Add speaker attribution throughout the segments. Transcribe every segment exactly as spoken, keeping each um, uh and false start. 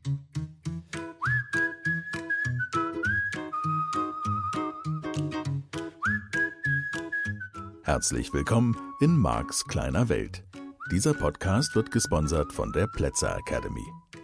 Speaker 1: Herzlich willkommen in Marks kleiner Welt. Dieser Podcast wird gesponsert von der Plätzer Academy.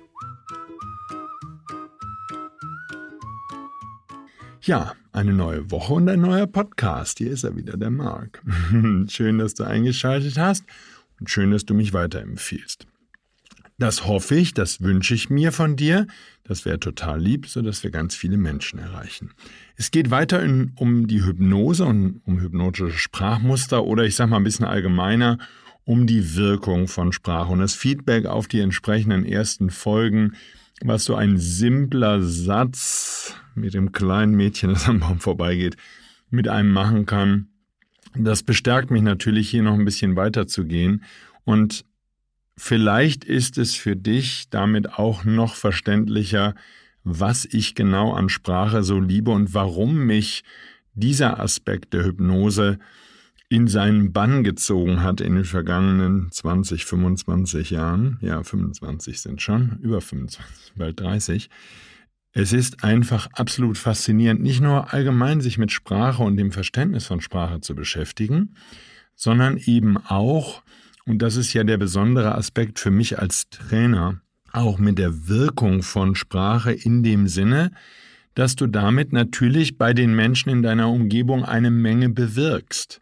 Speaker 2: Ja, eine neue Woche und ein neuer Podcast. Hier ist er wieder, der Mark. Schön, dass du eingeschaltet hast und schön, dass du mich weiterempfiehlst. Das hoffe ich, das wünsche ich mir von dir. Das wäre total lieb, sodass wir ganz viele Menschen erreichen. Es geht weiter in, um die Hypnose und um hypnotische Sprachmuster oder ich sage mal ein bisschen allgemeiner um die Wirkung von Sprache und das Feedback auf die entsprechenden ersten Folgen, was so ein simpler Satz mit dem kleinen Mädchen, das am Baum vorbeigeht, mit einem machen kann. Das bestärkt mich natürlich, hier noch ein bisschen weiter zu gehen und vielleicht ist es für dich damit auch noch verständlicher, was ich genau an Sprache so liebe und warum mich dieser Aspekt der Hypnose in seinen Bann gezogen hat in den vergangenen zwanzig, fünfundzwanzig Jahren. Ja, fünfundzwanzig sind schon, über fünfundzwanzig, bald dreißig. Es ist einfach absolut faszinierend, nicht nur allgemein sich mit Sprache und dem Verständnis von Sprache zu beschäftigen, sondern eben auch, und das ist ja der besondere Aspekt für mich als Trainer, auch mit der Wirkung von Sprache in dem Sinne, dass du damit natürlich bei den Menschen in deiner Umgebung eine Menge bewirkst.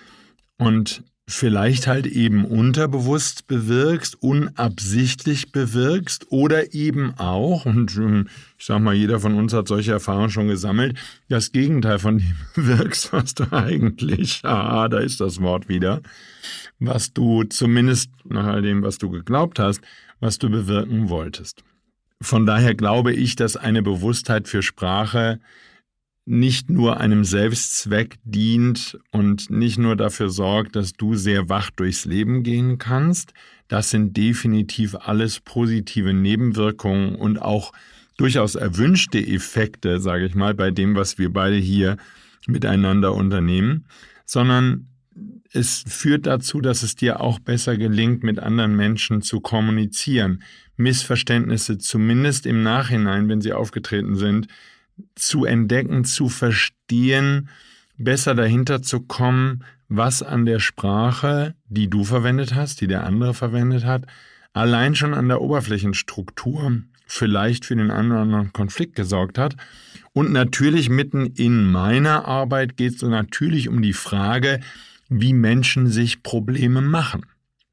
Speaker 2: Und vielleicht halt eben unterbewusst bewirkst, unabsichtlich bewirkst oder eben auch, und ich sag mal, jeder von uns hat solche Erfahrungen schon gesammelt, das Gegenteil von dem wirkst, was du eigentlich, ah, da ist das Wort wieder, was du zumindest nach all dem, was du geglaubt hast, was du bewirken wolltest. Von daher glaube ich, dass eine Bewusstheit für Sprache nicht nur einem Selbstzweck dient und nicht nur dafür sorgt, dass du sehr wach durchs Leben gehen kannst. Das sind definitiv alles positive Nebenwirkungen und auch durchaus erwünschte Effekte, sage ich mal, bei dem, was wir beide hier miteinander unternehmen, sondern es führt dazu, dass es dir auch besser gelingt, mit anderen Menschen zu kommunizieren, Missverständnisse zumindest im Nachhinein, wenn sie aufgetreten sind, zu entdecken, zu verstehen, besser dahinter zu kommen, was an der Sprache, die du verwendet hast, die der andere verwendet hat, allein schon an der Oberflächenstruktur vielleicht für den einen oder anderen Konflikt gesorgt hat. Und natürlich mitten in meiner Arbeit geht es so natürlich um die Frage, wie Menschen sich Probleme machen.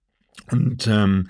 Speaker 2: Und ähm,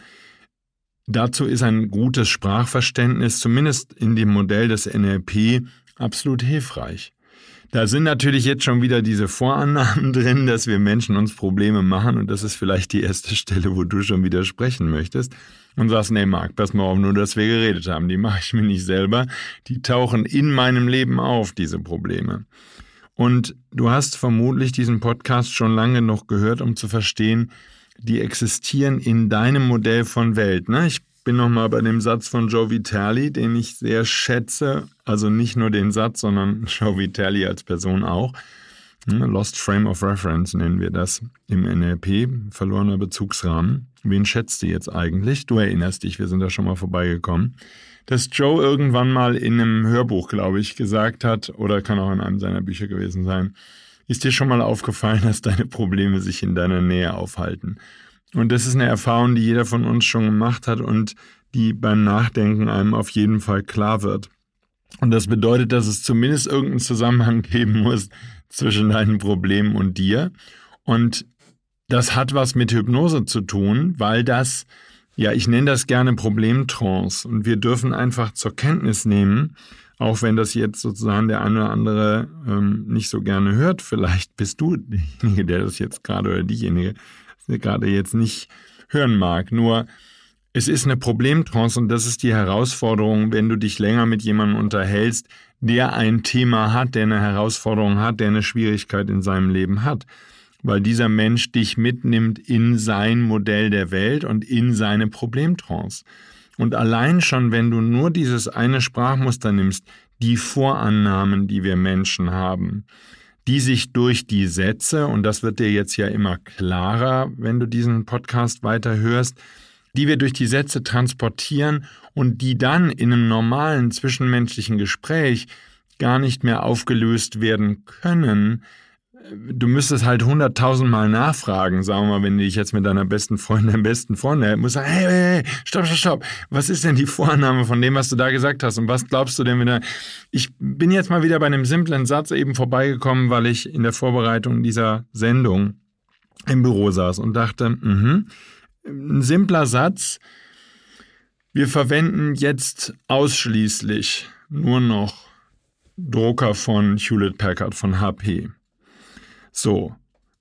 Speaker 2: dazu ist ein gutes Sprachverständnis, zumindest in dem Modell des N L P, absolut hilfreich. Da sind natürlich jetzt schon wieder diese Vorannahmen drin, dass wir Menschen uns Probleme machen und das ist vielleicht die erste Stelle, wo du schon widersprechen möchtest und sagst, nee Marc, pass mal auf, nur dass wir geredet haben, die mache ich mir nicht selber, die tauchen in meinem Leben auf, diese Probleme. Und du hast vermutlich diesen Podcast schon lange noch gehört, um zu verstehen, die existieren in deinem Modell von Welt. Ne? Ich bin nochmal bei dem Satz von Joe Vitale, den ich sehr schätze, also nicht nur den Satz, sondern Joe Vitale als Person auch. Lost Frame of Reference nennen wir das im N L P, verlorener Bezugsrahmen. Wen schätzt du jetzt eigentlich? Du erinnerst dich, wir sind da schon mal vorbeigekommen. Dass Joe irgendwann mal in einem Hörbuch, glaube ich, gesagt hat, oder kann auch in einem seiner Bücher gewesen sein, ist dir schon mal aufgefallen, dass deine Probleme sich in deiner Nähe aufhalten? Und das ist eine Erfahrung, die jeder von uns schon gemacht hat und die beim Nachdenken einem auf jeden Fall klar wird. Und das bedeutet, dass es zumindest irgendeinen Zusammenhang geben muss zwischen deinen Problemen und dir. Und das hat was mit Hypnose zu tun, weil das, ja, ich nenne das gerne Problemtrance. Und wir dürfen einfach zur Kenntnis nehmen, auch wenn das jetzt sozusagen der eine oder andere ähm, nicht so gerne hört, vielleicht bist du derjenige, der das jetzt gerade oder diejenige, der gerade jetzt nicht hören mag. Nur es ist eine Problemtrance und das ist die Herausforderung, wenn du dich länger mit jemandem unterhältst, der ein Thema hat, der eine Herausforderung hat, der eine Schwierigkeit in seinem Leben hat. Weil dieser Mensch dich mitnimmt in sein Modell der Welt und in seine Problemtrance. Und allein schon, wenn du nur dieses eine Sprachmuster nimmst, die Vorannahmen, die wir Menschen haben, die sich durch die Sätze, und das wird dir jetzt ja immer klarer, wenn du diesen Podcast weiter hörst, die wir durch die Sätze transportieren und die dann in einem normalen zwischenmenschlichen Gespräch gar nicht mehr aufgelöst werden können. Du müsstest halt hunderttausendmal nachfragen, sagen wir mal, wenn du dich jetzt mit deiner besten Freundin, deinem besten Freund, du musst sagen, hey, hey, hey, stopp, stopp, stopp, was ist denn die Vorannahme von dem, was du da gesagt hast und was glaubst du denn wieder? Ich bin jetzt mal wieder bei einem simplen Satz eben vorbeigekommen, weil ich in der Vorbereitung dieser Sendung im Büro saß und dachte, mh, ein simpler Satz, wir verwenden jetzt ausschließlich nur noch Drucker von Hewlett-Packard, von H P. So,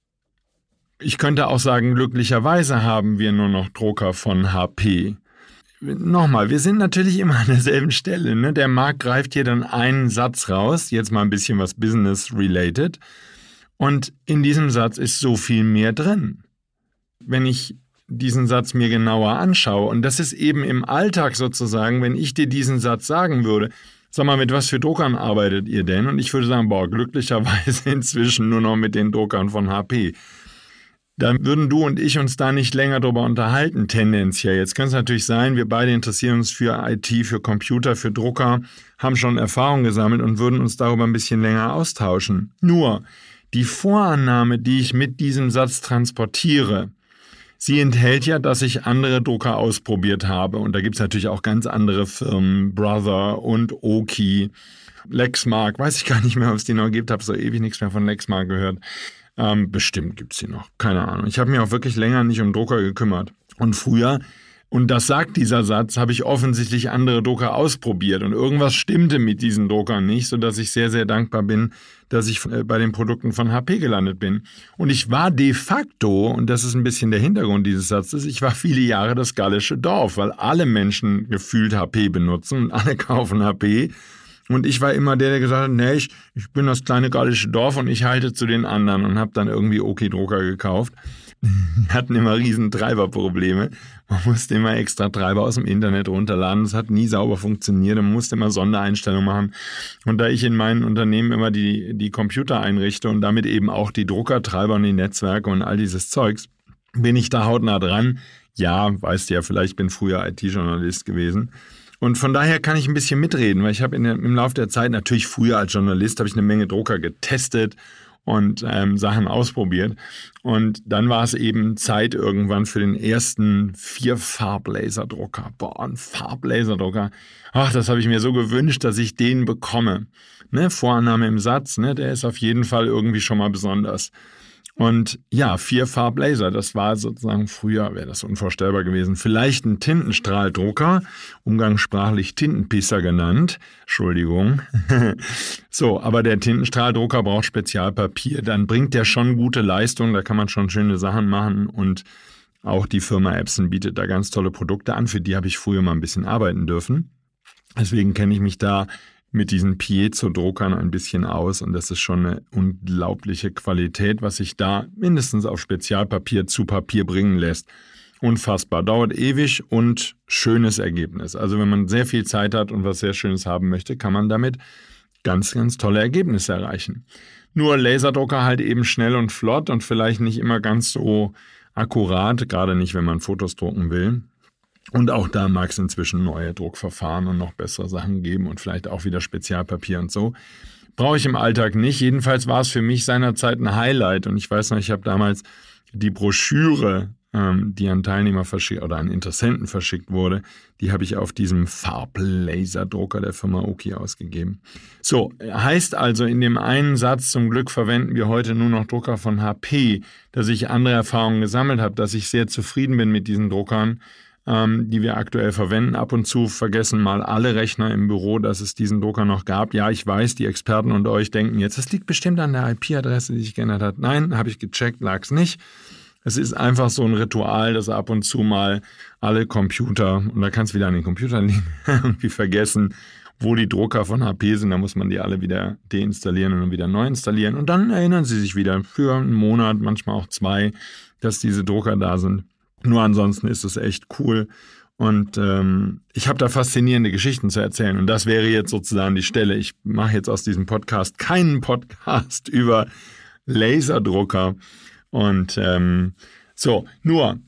Speaker 2: ich könnte auch sagen, glücklicherweise haben wir nur noch Drucker von H P. Nochmal, wir sind natürlich immer an derselben Stelle, ne? Der Markt greift hier dann einen Satz raus, jetzt mal ein bisschen was Business-related. Und in diesem Satz ist so viel mehr drin. Wenn ich diesen Satz mir genauer anschaue, und das ist eben im Alltag sozusagen, wenn ich dir diesen Satz sagen würde, sag mal, mit was für Druckern arbeitet ihr denn? Und ich würde sagen, boah, glücklicherweise inzwischen nur noch mit den Druckern von H P. Dann würden du und ich uns da nicht länger drüber unterhalten, tendenziell. Jetzt kann es natürlich sein, wir beide interessieren uns für I T, für Computer, für Drucker, haben schon Erfahrung gesammelt und würden uns darüber ein bisschen länger austauschen. Nur, die Vorannahme, die ich mit diesem Satz transportiere, sie enthält ja, dass ich andere Drucker ausprobiert habe. Und da gibt es natürlich auch ganz andere Firmen, Brother und Oki, Lexmark, weiß ich gar nicht mehr, ob es die noch gibt, habe so ewig nichts mehr von Lexmark gehört. Ähm, bestimmt gibt es die noch, keine Ahnung. Ich habe mich auch wirklich länger nicht um Drucker gekümmert. Und früher, und das sagt dieser Satz, habe ich offensichtlich andere Drucker ausprobiert. Und irgendwas stimmte mit diesen Druckern nicht, sodass ich sehr, sehr dankbar bin, dass ich bei den Produkten von H P gelandet bin. Und ich war de facto, und das ist ein bisschen der Hintergrund dieses Satzes, ich war viele Jahre das gallische Dorf, weil alle Menschen gefühlt H P benutzen und alle kaufen H P. Und ich war immer der, der gesagt hat, nee, ich, ich bin das kleine gallische Dorf und ich halte zu den anderen und habe dann irgendwie Oki-Drucker gekauft. Wir hatten immer riesen Treiberprobleme. Man musste immer extra Treiber aus dem Internet runterladen. Das hat nie sauber funktioniert. Man musste immer Sondereinstellungen machen. Und da ich in meinen Unternehmen immer die, die Computer einrichte und damit eben auch die Druckertreiber und die Netzwerke und all dieses Zeugs, bin ich da hautnah dran. Ja, weißt du ja, vielleicht bin früher I T-Journalist gewesen. Und von daher kann ich ein bisschen mitreden, weil ich habe in der, im Laufe der Zeit, natürlich früher als Journalist, habe ich eine Menge Drucker getestet und ähm, Sachen ausprobiert. Und dann war es eben Zeit irgendwann für den ersten Vier-Farb-Laserdrucker. Boah, ein Farb-Laserdrucker. Ach, das habe ich mir so gewünscht, dass ich den bekomme. Ne, Vorannahme im Satz, ne, der ist auf jeden Fall irgendwie schon mal besonders. Und ja, Vier-Farb-Laser, das war sozusagen früher, wäre das unvorstellbar gewesen. Vielleicht ein Tintenstrahldrucker, umgangssprachlich Tintenpisser genannt. Entschuldigung. So, aber der Tintenstrahldrucker braucht Spezialpapier. Dann bringt der schon gute Leistung, da kann man schon schöne Sachen machen. Und auch die Firma Epson bietet da ganz tolle Produkte an. Für die habe ich früher mal ein bisschen arbeiten dürfen. Deswegen kenne ich mich da mit diesen Piezo-Druckern ein bisschen aus und das ist schon eine unglaubliche Qualität, was sich da mindestens auf Spezialpapier zu Papier bringen lässt. Unfassbar, dauert ewig und schönes Ergebnis. Also wenn man sehr viel Zeit hat und was sehr Schönes haben möchte, kann man damit ganz, ganz tolle Ergebnisse erreichen. Nur Laserdrucker halt eben schnell und flott und vielleicht nicht immer ganz so akkurat, gerade nicht, wenn man Fotos drucken will. Und auch da mag es inzwischen neue Druckverfahren und noch bessere Sachen geben und vielleicht auch wieder Spezialpapier und so. Brauche ich im Alltag nicht. Jedenfalls war es für mich seinerzeit ein Highlight. Und ich weiß noch, ich habe damals die Broschüre, ähm, die an Teilnehmer verschickt oder an Interessenten verschickt wurde, die habe ich auf diesem Farblaserdrucker der Firma Oki ausgegeben. So, heißt also in dem einen Satz, zum Glück verwenden wir heute nur noch Drucker von H P, dass ich andere Erfahrungen gesammelt habe, dass ich sehr zufrieden bin mit diesen Druckern, die wir aktuell verwenden. Ab und zu vergessen mal alle Rechner im Büro, dass es diesen Drucker noch gab. Ja, ich weiß, die Experten unter euch denken jetzt, das liegt bestimmt an der I P-Adresse, die sich geändert hat. Nein, habe ich gecheckt, lag es nicht. Es ist einfach so ein Ritual, dass ab und zu mal alle Computer, und da kann es wieder an den Computern liegen, irgendwie vergessen, wo die Drucker von H P sind. Da muss man die alle wieder deinstallieren und dann wieder neu installieren. Und dann erinnern sie sich wieder für einen Monat, manchmal auch zwei, dass diese Drucker da sind. Nur ansonsten ist es echt cool und ähm, ich habe da faszinierende Geschichten zu erzählen und das wäre jetzt sozusagen die Stelle. Ich mache jetzt aus diesem Podcast keinen Podcast über Laserdrucker und ähm, so, nur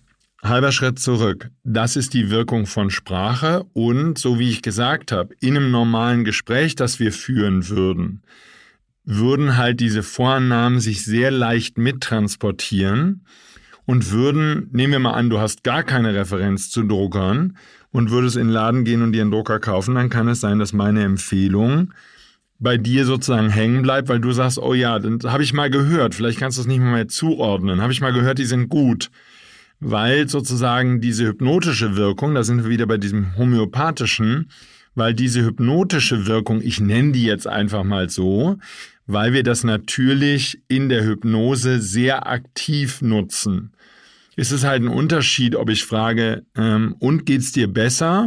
Speaker 2: halber Schritt zurück. Das ist die Wirkung von Sprache und, so wie ich gesagt habe, in einem normalen Gespräch, das wir führen würden, würden halt diese Vorannahmen sich sehr leicht mittransportieren und würden, nehmen wir mal an, du hast gar keine Referenz zu Druckern und würdest in den Laden gehen und dir einen Drucker kaufen, dann kann es sein, dass meine Empfehlung bei dir sozusagen hängen bleibt, weil du sagst, oh ja, dann habe ich mal gehört, vielleicht kannst du es nicht mehr zuordnen, habe ich mal gehört, die sind gut. Weil sozusagen diese hypnotische Wirkung, da sind wir wieder bei diesem homöopathischen, weil diese hypnotische Wirkung, ich nenne die jetzt einfach mal so, weil wir das natürlich in der Hypnose sehr aktiv nutzen. Ist es halt ein Unterschied, ob ich frage, ähm, und geht's dir besser?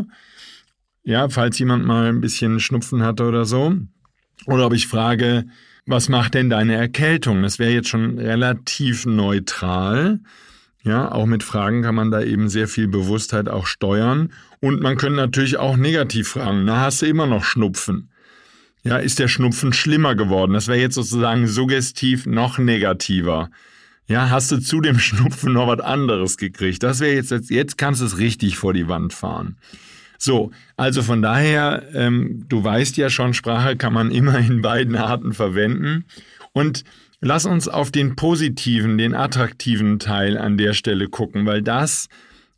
Speaker 2: Ja, falls jemand mal ein bisschen Schnupfen hatte oder so. Oder ob ich frage, was macht denn deine Erkältung? Das wäre jetzt schon relativ neutral. Ja, auch mit Fragen kann man da eben sehr viel Bewusstheit auch steuern. Und man könnte natürlich auch negativ fragen, na, hast du immer noch Schnupfen? Ja, ist der Schnupfen schlimmer geworden? Das wäre jetzt sozusagen suggestiv noch negativer. Ja, hast du zu dem Schnupfen noch was anderes gekriegt? Das wäre jetzt, jetzt kannst du es richtig vor die Wand fahren. So, also von daher, ähm, du weißt ja schon, Sprache kann man immer in beiden Arten verwenden. Und lass uns auf den positiven, den attraktiven Teil an der Stelle gucken, weil das,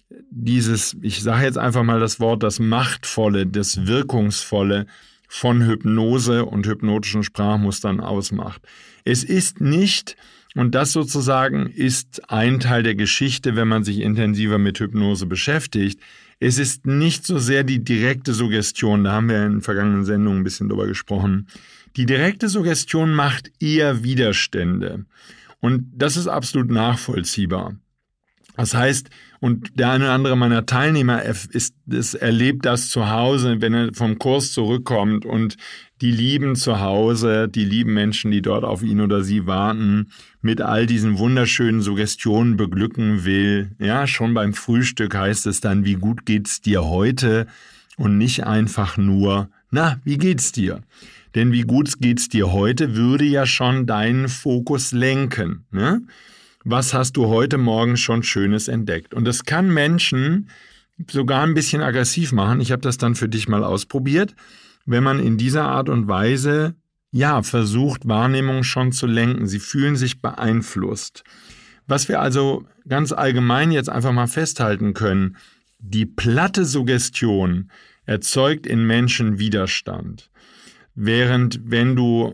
Speaker 2: dieses, ich sage jetzt einfach mal das Wort, das Machtvolle, das Wirkungsvolle von Hypnose und hypnotischen Sprachmustern ausmacht. Es ist nicht, und das sozusagen ist ein Teil der Geschichte, wenn man sich intensiver mit Hypnose beschäftigt, es ist nicht so sehr die direkte Suggestion, da haben wir in vergangenen Sendungen ein bisschen drüber gesprochen. Die direkte Suggestion macht eher Widerstände. Und das ist absolut nachvollziehbar. Das heißt, und der eine oder andere meiner Teilnehmer ist, ist, erlebt das zu Hause, wenn er vom Kurs zurückkommt und die lieben zu Hause, die lieben Menschen, die dort auf ihn oder sie warten, mit all diesen wunderschönen Suggestionen beglücken will. Ja, schon beim Frühstück heißt es dann, wie gut geht's dir heute? Und nicht einfach nur, na, wie geht's dir? Denn wie gut geht's dir heute, würde ja schon deinen Fokus lenken. Ne? Was hast du heute Morgen schon Schönes entdeckt? Und das kann Menschen sogar ein bisschen aggressiv machen. Ich habe das dann für dich mal ausprobiert. Wenn man in dieser Art und Weise, ja, versucht, Wahrnehmung schon zu lenken. Sie fühlen sich beeinflusst. Was wir also ganz allgemein jetzt einfach mal festhalten können, die platte Suggestion erzeugt in Menschen Widerstand. Während wenn du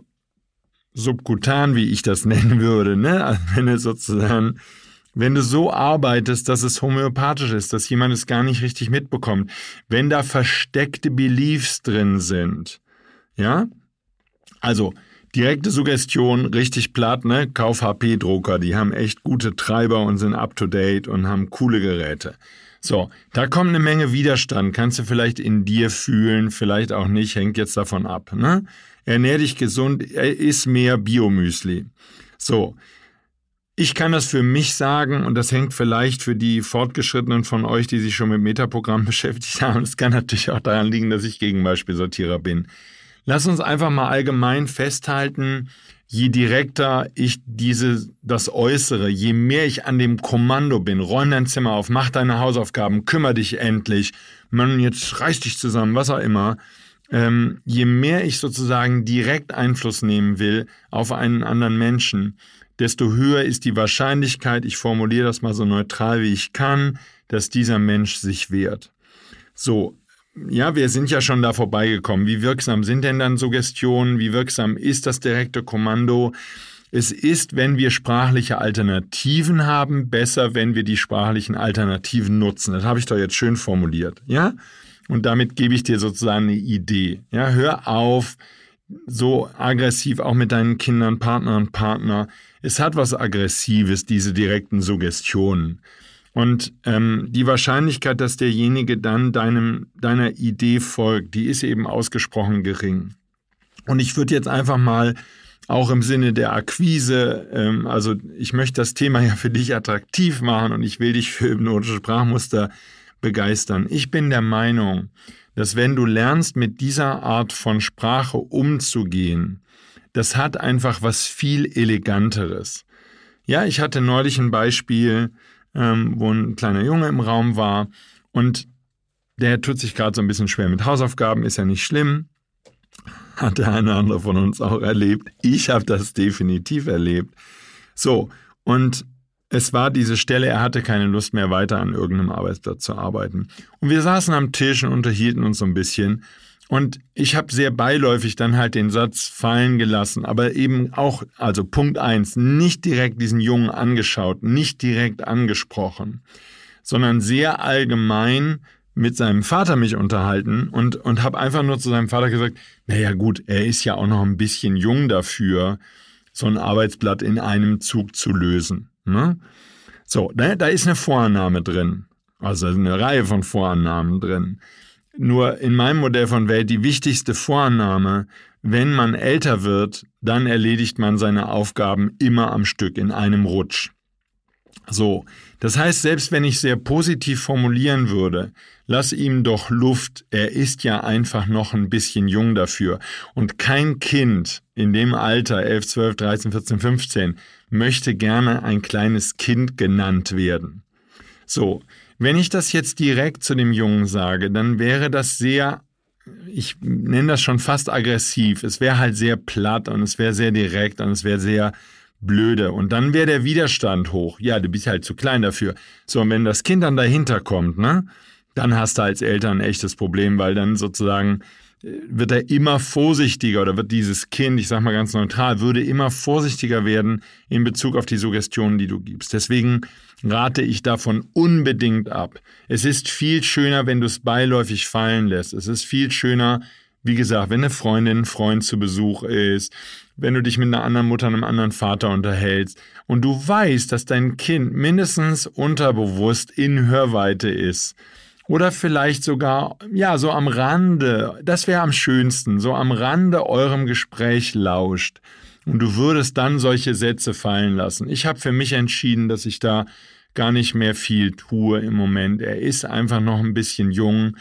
Speaker 2: subkutan, wie ich das nennen würde, ne, also wenn du sozusagen, wenn du so arbeitest, dass es homöopathisch ist, dass jemand es gar nicht richtig mitbekommt, wenn da versteckte Beliefs drin sind, ja, also direkte Suggestion, richtig platt, ne, Kauf H P-Drucker, die haben echt gute Treiber und sind up to date und haben coole Geräte. So, da kommt eine Menge Widerstand, kannst du vielleicht in dir fühlen, vielleicht auch nicht, hängt jetzt davon ab, ne? Ernähr dich gesund, iss mehr Biomüsli. So, ich kann das für mich sagen und das hängt vielleicht für die Fortgeschrittenen von euch, die sich schon mit Metaprogrammen beschäftigt haben. Es kann natürlich auch daran liegen, dass ich Gegenbeispielsortierer bin. Lass uns einfach mal allgemein festhalten, je direkter ich diese, das äußere, je mehr ich an dem Kommando bin, räum dein Zimmer auf, mach deine Hausaufgaben, kümmere dich endlich, Mann, jetzt reiß dich zusammen, was auch immer, ähm, je mehr ich sozusagen direkt Einfluss nehmen will auf einen anderen Menschen, desto höher ist die Wahrscheinlichkeit, ich formuliere das mal so neutral wie ich kann, dass dieser Mensch sich wehrt. So, ja, wir sind ja schon da vorbeigekommen. Wie wirksam sind denn dann Suggestionen? Wie wirksam ist das direkte Kommando? Es ist, wenn wir sprachliche Alternativen haben, besser, wenn wir die sprachlichen Alternativen nutzen. Das habe ich doch jetzt schön formuliert, ja? Und damit gebe ich dir sozusagen eine Idee. Ja, hör auf, so aggressiv auch mit deinen Kindern, Partner und Partner. Es hat was Aggressives, diese direkten Suggestionen. Und ähm, die Wahrscheinlichkeit, dass derjenige dann deinem, deiner Idee folgt, die ist eben ausgesprochen gering. Und ich würde jetzt einfach mal auch im Sinne der Akquise, ähm, also ich möchte das Thema ja für dich attraktiv machen und ich will dich für hypnotische Sprachmuster begeistern. Ich bin der Meinung, dass wenn du lernst, mit dieser Art von Sprache umzugehen, das hat einfach was viel Eleganteres. Ja, ich hatte neulich ein Beispiel, ähm, wo ein kleiner Junge im Raum war und der tut sich gerade so ein bisschen schwer mit Hausaufgaben, ist ja nicht schlimm. Hat der eine oder andere von uns auch erlebt. Ich habe das definitiv erlebt. So, und es war diese Stelle, er hatte keine Lust mehr weiter an irgendeinem Arbeitsplatz zu arbeiten. Und wir saßen am Tisch und unterhielten uns so ein bisschen. Und ich habe sehr beiläufig dann halt den Satz fallen gelassen, aber eben auch, also Punkt eins, nicht direkt diesen Jungen angeschaut, nicht direkt angesprochen, sondern sehr allgemein mit seinem Vater mich unterhalten und, und habe einfach nur zu seinem Vater gesagt, naja gut, er ist ja auch noch ein bisschen jung dafür, so ein Arbeitsblatt in einem Zug zu lösen. Ne? So, da, da ist eine Vorannahme drin, also eine Reihe von Vorannahmen drin. Nur in meinem Modell von Welt die wichtigste Vorannahme, wenn man älter wird, dann erledigt man seine Aufgaben immer am Stück, in einem Rutsch. So, das heißt, selbst wenn ich sehr positiv formulieren würde, lass ihm doch Luft, er ist ja einfach noch ein bisschen jung dafür. Und kein Kind in dem Alter, elf, zwölf, dreizehn, vierzehn, fünfzehn, möchte gerne ein kleines Kind genannt werden. So, wenn ich das jetzt direkt zu dem Jungen sage, dann wäre das sehr, ich nenne das schon fast aggressiv, es wäre halt sehr platt und es wäre sehr direkt und es wäre sehr blöde. Und dann wäre der Widerstand hoch. Ja, du bist halt zu klein dafür. So, und wenn das Kind dann dahinter kommt, ne, dann hast du als Eltern ein echtes Problem, weil dann sozusagen wird er immer vorsichtiger oder wird dieses Kind, ich sag mal ganz neutral, würde immer vorsichtiger werden in Bezug auf die Suggestionen, die du gibst. Deswegen rate ich davon unbedingt ab. Es ist viel schöner, wenn du es beiläufig fallen lässt. Es ist viel schöner, wie gesagt, wenn eine Freundin, ein Freund zu Besuch ist, wenn du dich mit einer anderen Mutter, einem anderen Vater unterhältst und du weißt, dass dein Kind mindestens unterbewusst in Hörweite ist oder vielleicht sogar, ja, so am Rande, das wäre am schönsten, so am Rande eurem Gespräch lauscht und du würdest dann solche Sätze fallen lassen. Ich habe für mich entschieden, dass ich da gar nicht mehr viel tue im Moment. Er ist einfach noch ein bisschen jung.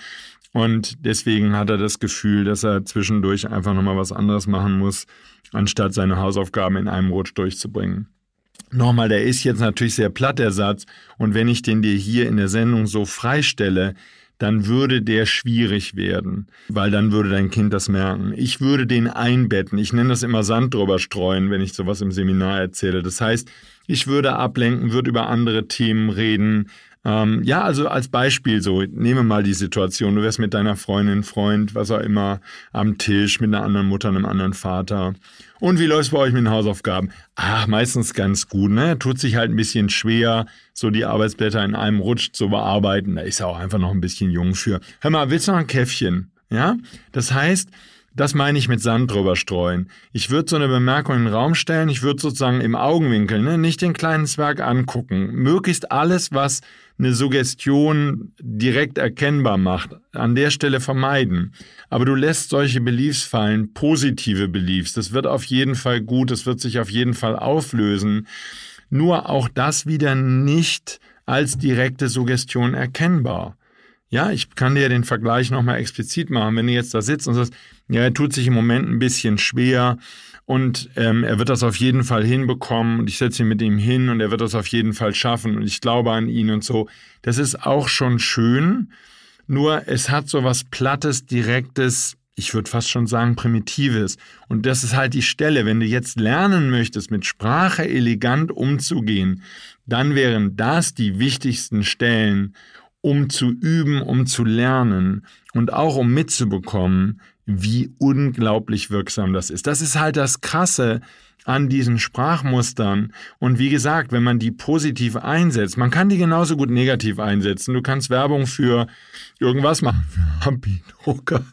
Speaker 2: Und deswegen hat er das Gefühl, dass er zwischendurch einfach nochmal was anderes machen muss, anstatt seine Hausaufgaben in einem Rutsch durchzubringen. Nochmal, der ist jetzt natürlich sehr platt, der Satz. Und wenn ich den dir hier in der Sendung so freistelle, dann würde der schwierig werden, weil dann würde dein Kind das merken. Ich würde den einbetten. Ich nenne das immer Sand drüber streuen, wenn ich sowas im Seminar erzähle. Das heißt, ich würde ablenken, würde über andere Themen reden. Ähm, ja, also als Beispiel so, nehme mal die Situation, du wärst mit deiner Freundin, Freund, was auch immer, am Tisch mit einer anderen Mutter, einem anderen Vater. Und wie läuft's bei euch mit den Hausaufgaben? Ach, meistens ganz gut, ne? Tut sich halt ein bisschen schwer, so die Arbeitsblätter in einem Rutsch zu bearbeiten. Da ist er auch einfach noch ein bisschen jung für. Hör mal, willst du noch ein Käffchen? Ja? Das heißt, das meine ich mit Sand drüber streuen. Ich würde so eine Bemerkung in den Raum stellen, ich würde sozusagen im Augenwinkel, ne, nicht den kleinen Zwerg angucken. Möglichst alles, was eine Suggestion direkt erkennbar macht, an der Stelle vermeiden. Aber du lässt solche Beliefs fallen, positive Beliefs. Das wird auf jeden Fall gut, das wird sich auf jeden Fall auflösen. Nur auch das wieder nicht als direkte Suggestion erkennbar. Ja, ich kann dir den Vergleich nochmal explizit machen. Wenn du jetzt da sitzt und sagst, ja, er tut sich im Moment ein bisschen schwer und ähm, er wird das auf jeden Fall hinbekommen und ich setze ihn mit ihm hin und er wird das auf jeden Fall schaffen und ich glaube an ihn und so. Das ist auch schon schön, nur es hat so was Plattes, Direktes, ich würde fast schon sagen Primitives. Und das ist halt die Stelle, wenn du jetzt lernen möchtest, mit Sprache elegant umzugehen, dann wären das die wichtigsten Stellen, um zu üben, um zu lernen und auch um mitzubekommen, wie unglaublich wirksam das ist. Das ist halt das Krasse an diesen Sprachmustern. Und wie gesagt, wenn man die positiv einsetzt, man kann die genauso gut negativ einsetzen. Du kannst Werbung für irgendwas machen, für Happy-Drucker.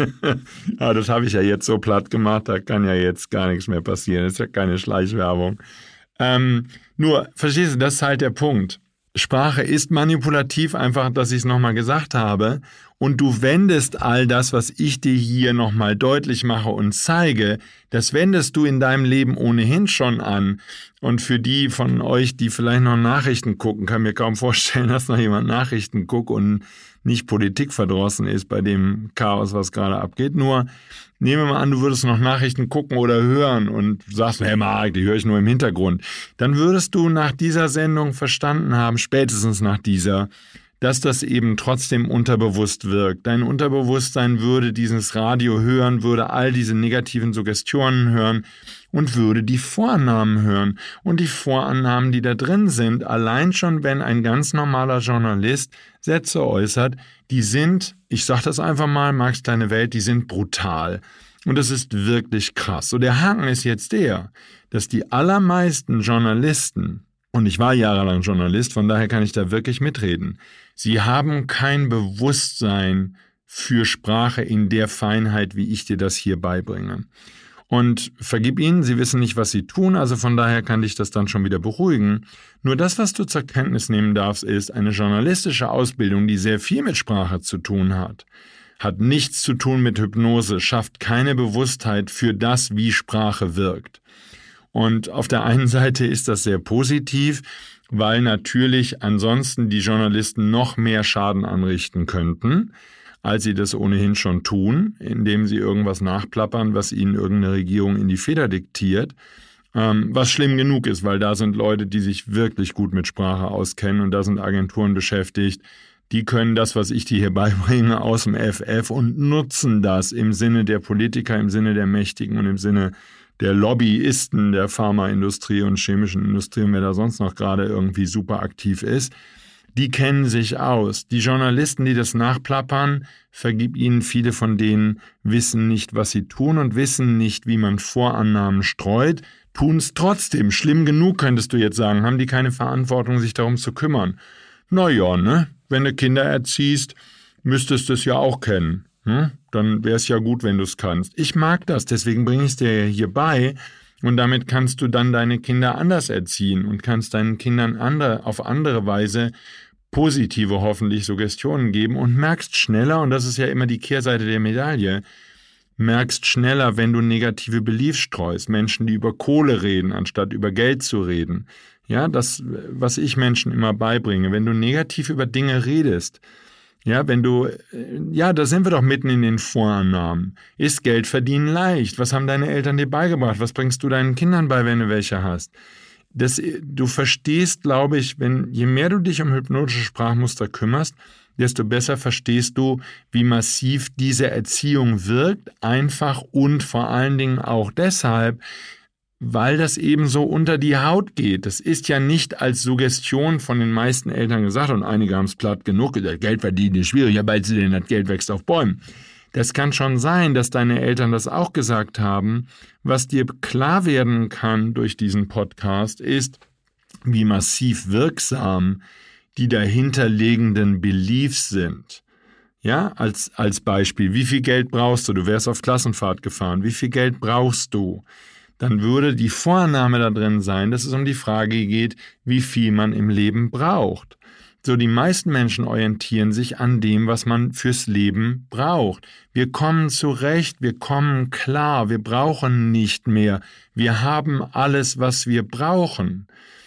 Speaker 2: Ja, das habe ich ja jetzt so platt gemacht, da kann ja jetzt gar nichts mehr passieren. Das ist ja keine Schleichwerbung. Ähm, nur, verstehst du, das ist halt der Punkt. Sprache ist manipulativ, einfach, dass ich es nochmal gesagt habe. Und du wendest all das, was ich dir hier nochmal deutlich mache und zeige, das wendest du in deinem Leben ohnehin schon an. Und für die von euch, die vielleicht noch Nachrichten gucken, kann mir kaum vorstellen, dass noch jemand Nachrichten guckt und nicht politikverdrossen ist bei dem Chaos, was gerade abgeht. Nur nehmen wir mal an, du würdest noch Nachrichten gucken oder hören und sagst, hey Marc, die höre ich nur im Hintergrund. Dann würdest du nach dieser Sendung verstanden haben, spätestens nach dieser, dass das eben trotzdem unterbewusst wirkt. Dein Unterbewusstsein würde dieses Radio hören, würde all diese negativen Suggestionen hören und würde die Vorannahmen hören. Und die Vorannahmen, die da drin sind, allein schon, wenn ein ganz normaler Journalist Sätze äußert, die sind, ich sag das einfach mal, Marcs kleine Welt, die sind brutal. Und das ist wirklich krass. So, der Haken ist jetzt der, dass die allermeisten Journalisten, und ich war jahrelang Journalist, von daher kann ich da wirklich mitreden, sie haben kein Bewusstsein für Sprache in der Feinheit, wie ich dir das hier beibringe. Und vergib ihnen, sie wissen nicht, was sie tun, also von daher kann dich das dann schon wieder beruhigen. Nur das, was du zur Kenntnis nehmen darfst, ist eine journalistische Ausbildung, die sehr viel mit Sprache zu tun hat. Hat nichts zu tun mit Hypnose, schafft keine Bewusstheit für das, wie Sprache wirkt. Und auf der einen Seite ist das sehr positiv, weil natürlich ansonsten die Journalisten noch mehr Schaden anrichten könnten, als sie das ohnehin schon tun, indem sie irgendwas nachplappern, was ihnen irgendeine Regierung in die Feder diktiert, ähm, was schlimm genug ist, weil da sind Leute, die sich wirklich gut mit Sprache auskennen und da sind Agenturen beschäftigt, die können das, was ich dir hier beibringe, aus dem F F und nutzen das im Sinne der Politiker, im Sinne der Mächtigen und im Sinne der Lobbyisten der Pharmaindustrie und chemischen Industrie und wer da sonst noch gerade irgendwie super aktiv ist. Die kennen sich aus. Die Journalisten, die das nachplappern, vergib ihnen, viele von denen wissen nicht, was sie tun und wissen nicht, wie man Vorannahmen streut, tun es trotzdem. Schlimm genug, könntest du jetzt sagen, haben die keine Verantwortung, sich darum zu kümmern. Na ja, ne? Wenn du Kinder erziehst, müsstest du es ja auch kennen. Hm? Dann wäre es ja gut, wenn du es kannst. Ich mag das, deswegen bringe ich es dir hier bei. Und damit kannst du dann deine Kinder anders erziehen und kannst deinen Kindern andere, auf andere Weise positive, hoffentlich, Suggestionen geben und merkst schneller, und das ist ja immer die Kehrseite der Medaille, merkst schneller, wenn du negative Beliefs streust, Menschen, die über Kohle reden, anstatt über Geld zu reden. Ja, das, was ich Menschen immer beibringe, wenn du negativ über Dinge redest, ja, wenn du, ja, da sind wir doch mitten in den Vorannahmen. Ist Geld verdienen leicht? Was haben deine Eltern dir beigebracht? Was bringst du deinen Kindern bei, wenn du welche hast? Das, du verstehst, glaube ich, wenn, je mehr du dich um hypnotische Sprachmuster kümmerst, desto besser verstehst du, wie massiv diese Erziehung wirkt, einfach und vor allen Dingen auch deshalb, weil das eben so unter die Haut geht. Das ist ja nicht als Suggestion von den meisten Eltern gesagt und einige haben es platt genug gesagt, Geld verdienen ist schwierig, ja, weil sie denn das Geld wächst auf Bäumen. Das kann schon sein, dass deine Eltern das auch gesagt haben. Was dir klar werden kann durch diesen Podcast ist, wie massiv wirksam die dahinterliegenden Beliefs sind. Ja, als, als Beispiel, wie viel Geld brauchst du? Du wärst auf Klassenfahrt gefahren. Wie viel Geld brauchst du? Dann würde die Vorannahme da drin sein, dass es um die Frage geht, wie viel man im Leben braucht. So, die meisten Menschen orientieren sich an dem, was man fürs Leben braucht. Wir kommen zurecht, wir kommen klar, wir brauchen nicht mehr. Wir haben alles, was wir brauchen.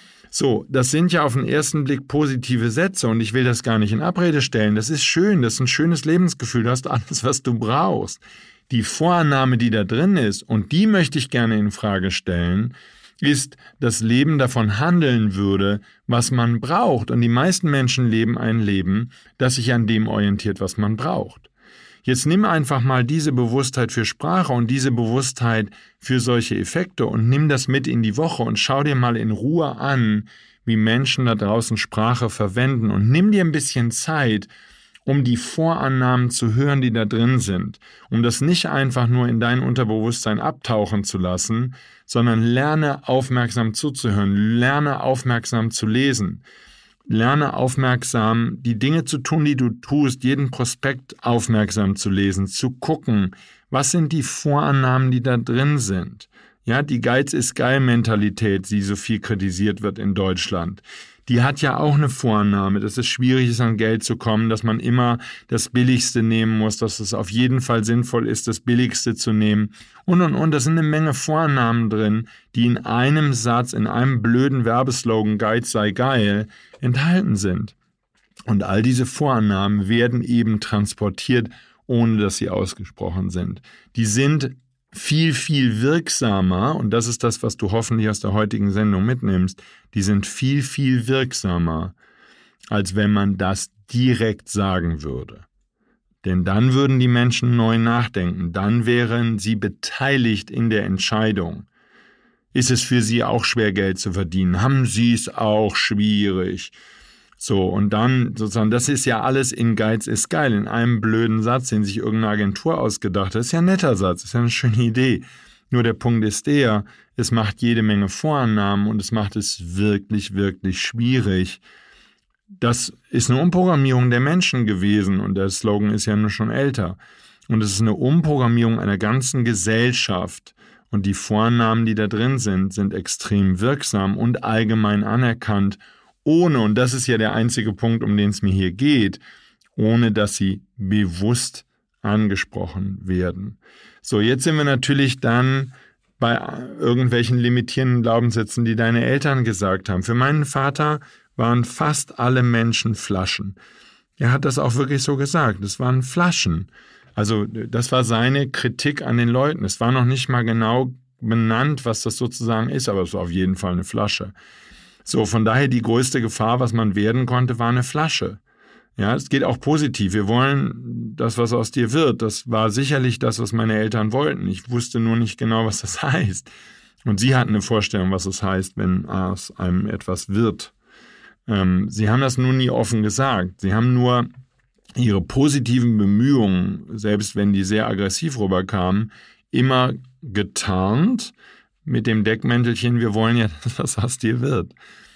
Speaker 2: So, das sind ja auf den ersten Blick positive Sätze und ich will das gar nicht in Abrede stellen. Das ist schön, das ist ein schönes Lebensgefühl, du hast alles, was du brauchst. Die Vorannahme, die da drin ist, und die möchte ich gerne in Frage stellen, ist, dass Leben davon handeln würde, was man braucht. Und die meisten Menschen leben ein Leben, das sich an dem orientiert, was man braucht. Jetzt nimm einfach mal diese Bewusstheit für Sprache und diese Bewusstheit für solche Effekte und nimm das mit in die Woche und schau dir mal in Ruhe an, wie Menschen da draußen Sprache verwenden und nimm dir ein bisschen Zeit, um die Vorannahmen zu hören, die da drin sind, um das nicht einfach nur in dein Unterbewusstsein abtauchen zu lassen, sondern lerne aufmerksam zuzuhören, lerne aufmerksam zu lesen, lerne aufmerksam die Dinge zu tun, die du tust, jeden Prospekt aufmerksam zu lesen, zu gucken, was sind die Vorannahmen, die da drin sind. Ja, die Geiz ist geil Mentalität, die so viel kritisiert wird in Deutschland. Die hat ja auch eine Vorannahme, dass es schwierig ist, an Geld zu kommen, dass man immer das Billigste nehmen muss, dass es auf jeden Fall sinnvoll ist, das Billigste zu nehmen und, und, und. Da sind eine Menge Vorannahmen drin, die in einem Satz, in einem blöden Werbeslogan, Geiz sei geil, enthalten sind. Und all diese Vorannahmen werden eben transportiert, ohne dass sie ausgesprochen sind. Die sind viel, viel wirksamer, und das ist das, was du hoffentlich aus der heutigen Sendung mitnimmst, die sind viel, viel wirksamer, als wenn man das direkt sagen würde. Denn dann würden die Menschen neu nachdenken, dann wären sie beteiligt in der Entscheidung. Ist es für sie auch schwer, Geld zu verdienen? Haben sie es auch schwierig? So, und dann sozusagen, das ist ja alles in Geiz ist geil, in einem blöden Satz, den sich irgendeine Agentur ausgedacht hat. Das ist ja ein netter Satz, das ist ja eine schöne Idee. Nur der Punkt ist der, es macht jede Menge Vorannahmen und es macht es wirklich, wirklich schwierig. Das ist eine Umprogrammierung der Menschen gewesen und der Slogan ist ja nur schon älter. Und es ist eine Umprogrammierung einer ganzen Gesellschaft. Und die Vorannahmen, die da drin sind, sind extrem wirksam und allgemein anerkannt, ohne, und das ist ja der einzige Punkt, um den es mir hier geht, ohne dass sie bewusst angesprochen werden. So, jetzt sind wir natürlich dann bei irgendwelchen limitierenden Glaubenssätzen, die deine Eltern gesagt haben. Für meinen Vater waren fast alle Menschen Flaschen. Er hat das auch wirklich so gesagt. Es waren Flaschen. Also das war seine Kritik an den Leuten. Es war noch nicht mal genau benannt, was das sozusagen ist, aber es war auf jeden Fall eine Flasche. So, von daher die größte Gefahr, was man werden konnte, war eine Flasche. Ja, es geht auch positiv. Wir wollen das, was aus dir wird. Das war sicherlich das, was meine Eltern wollten. Ich wusste nur nicht genau, was das heißt. Und sie hatten eine Vorstellung, was es heißt, wenn aus einem etwas wird. Ähm, sie haben das nur nie offen gesagt. Sie haben nur ihre positiven Bemühungen, selbst wenn die sehr aggressiv rüberkamen, immer getarnt mit dem Deckmäntelchen, wir wollen ja, dass was aus dir wird.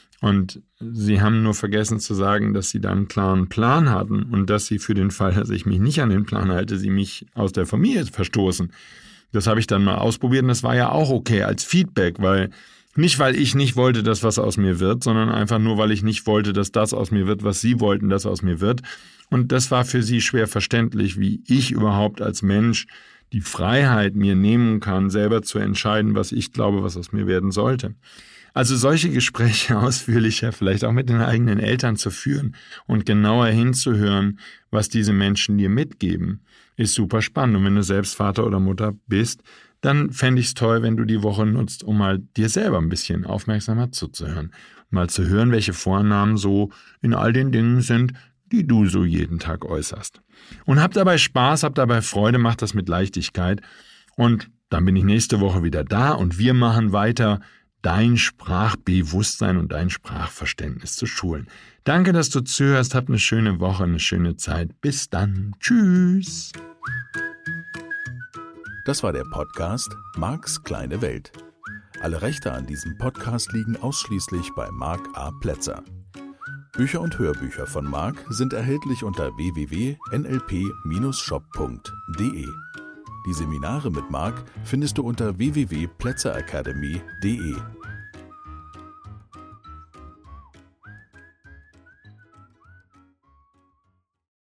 Speaker 2: Und sie haben nur vergessen zu sagen, dass sie da einen klaren Plan hatten und dass sie für den Fall, dass ich mich nicht an den Plan halte, sie mich aus der Familie verstoßen. Das habe ich dann mal ausprobiert und das war ja auch okay als Feedback, weil nicht, weil ich nicht wollte, dass was aus mir wird, sondern einfach nur, weil ich nicht wollte, dass das aus mir wird, was sie wollten, dass aus mir wird. Und das war für sie schwer verständlich, wie ich überhaupt als Mensch die Freiheit mir nehmen kann, selber zu entscheiden, was ich glaube, was aus mir werden sollte. Also solche Gespräche ausführlicher, vielleicht auch mit den eigenen Eltern zu führen und genauer hinzuhören, was diese Menschen dir mitgeben, ist super spannend. Und wenn du selbst Vater oder Mutter bist, dann fände ich es toll, wenn du die Woche nutzt, um mal dir selber ein bisschen aufmerksamer zuzuhören. Mal zu hören, welche Vornamen so in all den Dingen sind, die du so jeden Tag äußerst. Und hab dabei Spaß, hab dabei Freude, mach das mit Leichtigkeit. Und dann bin ich nächste Woche wieder da und wir machen weiter, dein Sprachbewusstsein und dein Sprachverständnis zu schulen. Danke, dass du zuhörst. Hab eine schöne Woche, eine schöne Zeit. Bis dann. Tschüss.
Speaker 1: Das war der Podcast Marks kleine Welt. Alle Rechte an diesem Podcast liegen ausschließlich bei Mark A. Plätzer. Bücher und Hörbücher von Mark sind erhältlich unter w w w punkt n l p Bindestrich shop punkt d e. Die Seminare mit Mark findest du unter w w w punkt plätzer academy punkt d e.